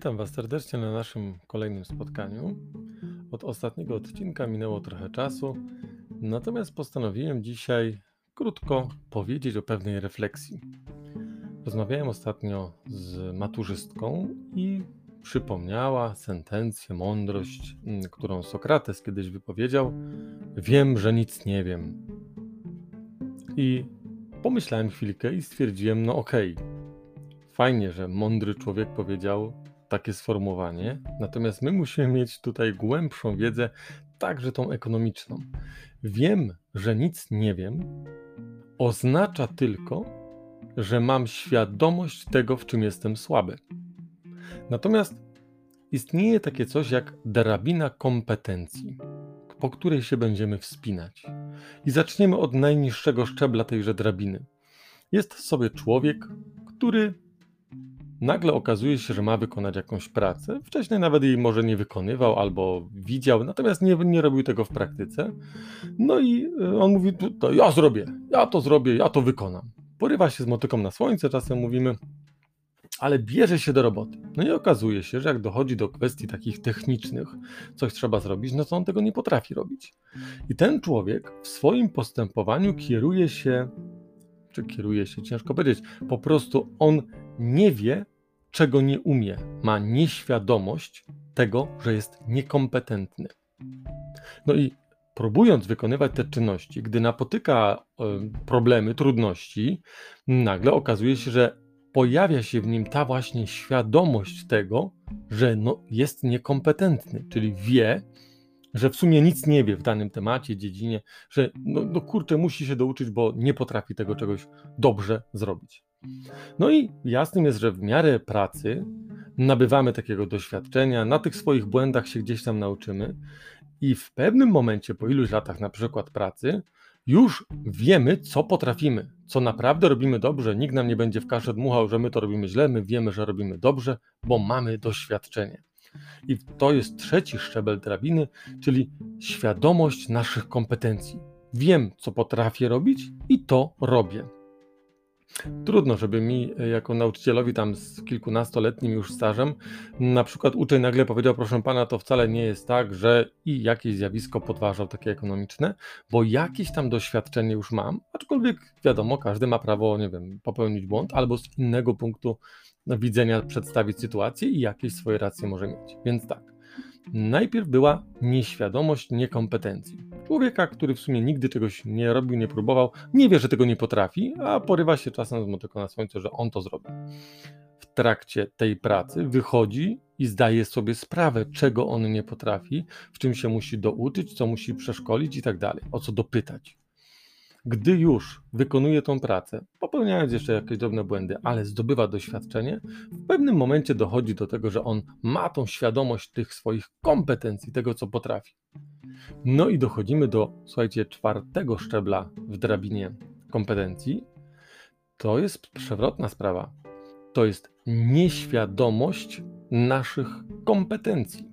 Witam Was serdecznie na naszym kolejnym spotkaniu. Od ostatniego odcinka minęło trochę czasu, natomiast postanowiłem dzisiaj krótko powiedzieć o pewnej refleksji. Rozmawiałem ostatnio z maturzystką i przypomniała sentencję, mądrość, którą Sokrates kiedyś wypowiedział: wiem, że nic nie wiem. I pomyślałem chwilkę i stwierdziłem, fajnie, że mądry człowiek powiedział takie sformułowanie, natomiast my musimy mieć tutaj głębszą wiedzę, także tą ekonomiczną. Wiem, że nic nie wiem, oznacza tylko, że mam świadomość tego, w czym jestem słaby. Natomiast istnieje takie coś jak drabina kompetencji, po której się będziemy wspinać. I zaczniemy od najniższego szczebla tejże drabiny. Jest sobie człowiek, który nagle okazuje się, że ma wykonać jakąś pracę. Wcześniej nawet jej może nie wykonywał albo widział, natomiast nie robił tego w praktyce. No i on mówi, to ja zrobię, ja to wykonam. Porywa się z motyką na słońce, czasem mówimy, ale bierze się do roboty. No i okazuje się, że jak dochodzi do kwestii takich technicznych, coś trzeba zrobić, no to on tego nie potrafi robić. I ten człowiek w swoim postępowaniu kieruje się, ciężko powiedzieć, po prostu on nie wie, czego nie umie. Ma nieświadomość tego, że jest niekompetentny. No i próbując wykonywać te czynności, gdy napotyka problemy, trudności, nagle okazuje się, że pojawia się w nim ta właśnie świadomość tego, że jest niekompetentny, czyli wie, że w sumie nic nie wie w danym temacie, dziedzinie, że musi się douczyć, bo nie potrafi tego czegoś dobrze zrobić. No i jasnym jest, że w miarę pracy nabywamy takiego doświadczenia, na tych swoich błędach się gdzieś tam nauczymy i w pewnym momencie, po iluś latach na przykład pracy, już wiemy, co potrafimy, co naprawdę robimy dobrze, nikt nam nie będzie w kaszę dmuchał, że my to robimy źle, my wiemy, że robimy dobrze, bo mamy doświadczenie. I to jest trzeci szczebel drabiny, czyli świadomość naszych kompetencji. Wiem, co potrafię robić i to robię. Trudno, żeby mi jako nauczycielowi tam z kilkunastoletnim już stażem na przykład uczeń nagle powiedział, proszę pana, to wcale nie jest tak, że i jakieś zjawisko podważał takie ekonomiczne, bo jakieś tam doświadczenie już mam, aczkolwiek wiadomo, każdy ma prawo, popełnić błąd albo z innego punktu widzenia przedstawić sytuację i jakieś swoje racje może mieć. Więc tak, najpierw była nieświadomość niekompetencji. Człowieka, który w sumie nigdy czegoś nie robił, nie próbował, nie wie, że tego nie potrafi, a porywa się czasem z motyką na słońce, że on to zrobi. W trakcie tej pracy wychodzi i zdaje sobie sprawę, czego on nie potrafi, w czym się musi douczyć, co musi przeszkolić i tak dalej, o co dopytać. Gdy już wykonuje tą pracę, popełniając jeszcze jakieś drobne błędy, ale zdobywa doświadczenie, w pewnym momencie dochodzi do tego, że on ma tą świadomość tych swoich kompetencji, tego co potrafi. No i dochodzimy do, czwartego szczebla w drabinie kompetencji. To jest przewrotna sprawa. To jest nieświadomość naszych kompetencji.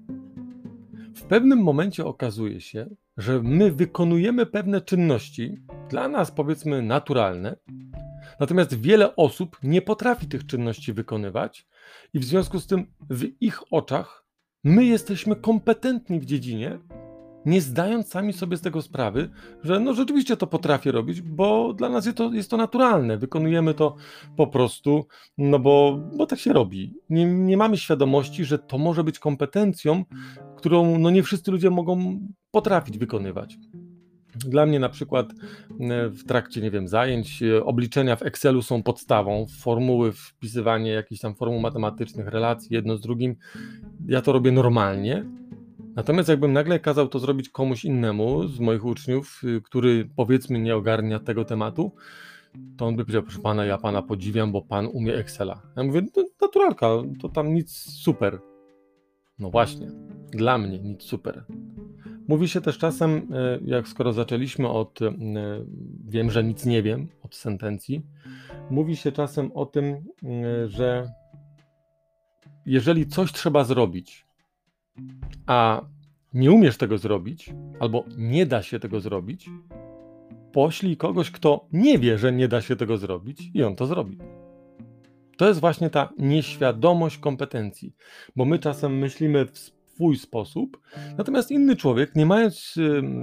W pewnym momencie okazuje się, że my wykonujemy pewne czynności, dla nas powiedzmy naturalne, natomiast wiele osób nie potrafi tych czynności wykonywać i w związku z tym w ich oczach my jesteśmy kompetentni w dziedzinie, nie zdając sami sobie z tego sprawy, że rzeczywiście to potrafię robić, bo dla nas jest to naturalne, wykonujemy to po prostu, bo tak się robi. Nie mamy świadomości, że to może być kompetencją, którą nie wszyscy ludzie mogą potrafić wykonywać. Dla mnie na przykład w trakcie, zajęć, obliczenia w Excelu są podstawą, formuły, wpisywanie jakichś tam formuł matematycznych, relacji jedno z drugim, ja to robię normalnie. Natomiast jakbym nagle kazał to zrobić komuś innemu z moich uczniów, który powiedzmy nie ogarnia tego tematu, to on by powiedział, proszę pana, ja pana podziwiam, bo pan umie Excela. Ja mówię, naturalka, to tam nic super. No właśnie, dla mnie nic super. Mówi się też czasem, skoro zaczęliśmy od wiem, że nic nie wiem, od sentencji, mówi się czasem o tym, że jeżeli coś trzeba zrobić, a nie umiesz tego zrobić, albo nie da się tego zrobić, poślij kogoś, kto nie wie, że nie da się tego zrobić i on to zrobi. To jest właśnie ta nieświadomość kompetencji, bo my czasem myślimy w swój sposób, natomiast inny człowiek, nie mając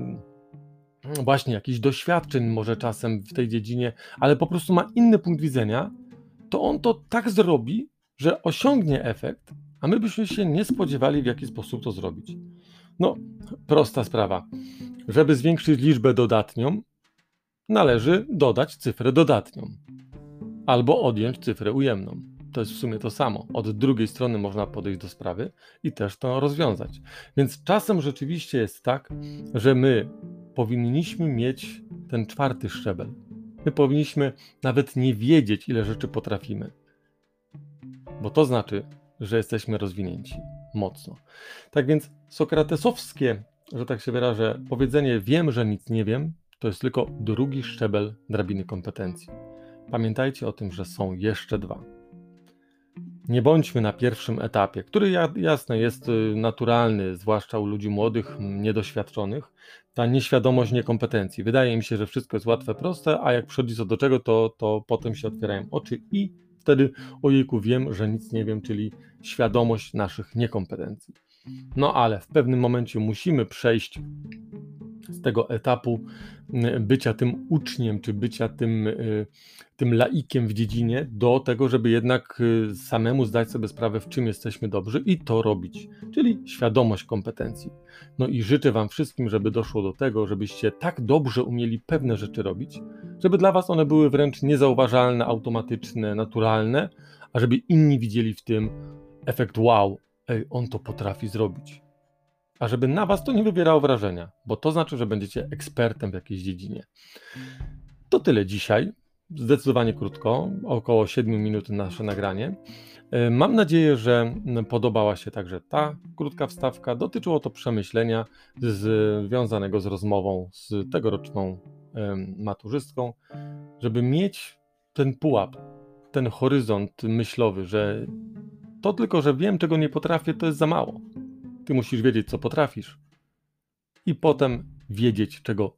właśnie jakichś doświadczeń może czasem w tej dziedzinie, ale po prostu ma inny punkt widzenia, to on to tak zrobi, że osiągnie efekt, a my byśmy się nie spodziewali, w jaki sposób to zrobić. No, prosta sprawa. Żeby zwiększyć liczbę dodatnią, należy dodać cyfrę dodatnią albo odjąć cyfrę ujemną. To jest w sumie to samo. Od drugiej strony można podejść do sprawy i też to rozwiązać. Więc czasem rzeczywiście jest tak, że my powinniśmy mieć ten czwarty szczebel. My powinniśmy nawet nie wiedzieć, ile rzeczy potrafimy. Bo to znaczy, że jesteśmy rozwinięci mocno. Tak więc sokratesowskie, że tak się wyrażę, powiedzenie wiem, że nic nie wiem, to jest tylko drugi szczebel drabiny kompetencji. Pamiętajcie o tym, że są jeszcze dwa. Nie bądźmy na pierwszym etapie, który jasne jest naturalny, zwłaszcza u ludzi młodych, niedoświadczonych, ta nieświadomość niekompetencji. Wydaje mi się, że wszystko jest łatwe, proste, a jak przychodzi co do czego, to potem się otwierają oczy i wtedy ojejku wiem, że nic nie wiem, czyli świadomość naszych niekompetencji. No ale w pewnym momencie musimy przejść z tego etapu bycia tym uczniem, czy bycia tym laikiem w dziedzinie, do tego, żeby jednak samemu zdać sobie sprawę, w czym jesteśmy dobrzy i to robić, czyli świadomość kompetencji. No i życzę Wam wszystkim, żeby doszło do tego, żebyście tak dobrze umieli pewne rzeczy robić, żeby dla Was one były wręcz niezauważalne, automatyczne, naturalne, a żeby inni widzieli w tym efekt wow, on to potrafi zrobić. A żeby na Was to nie wywierało wrażenia, bo to znaczy, że będziecie ekspertem w jakiejś dziedzinie. To tyle dzisiaj. Zdecydowanie krótko, około 7 minut nasze nagranie. Mam nadzieję, że podobała się także ta krótka wstawka. Dotyczyło to przemyślenia związanego z rozmową z tegoroczną maturzystką, żeby mieć ten pułap, ten horyzont myślowy, że to tylko, że wiem, czego nie potrafię, to jest za mało. Ty musisz wiedzieć, co potrafisz i potem wiedzieć, czego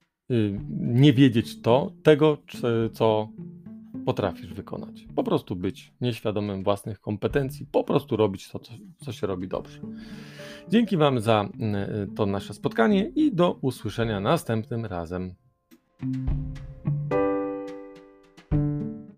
nie wiedzieć tego, co potrafisz wykonać. Po prostu być nieświadomym własnych kompetencji, po prostu robić to, co się robi dobrze. Dzięki Wam za to nasze spotkanie i do usłyszenia następnym razem.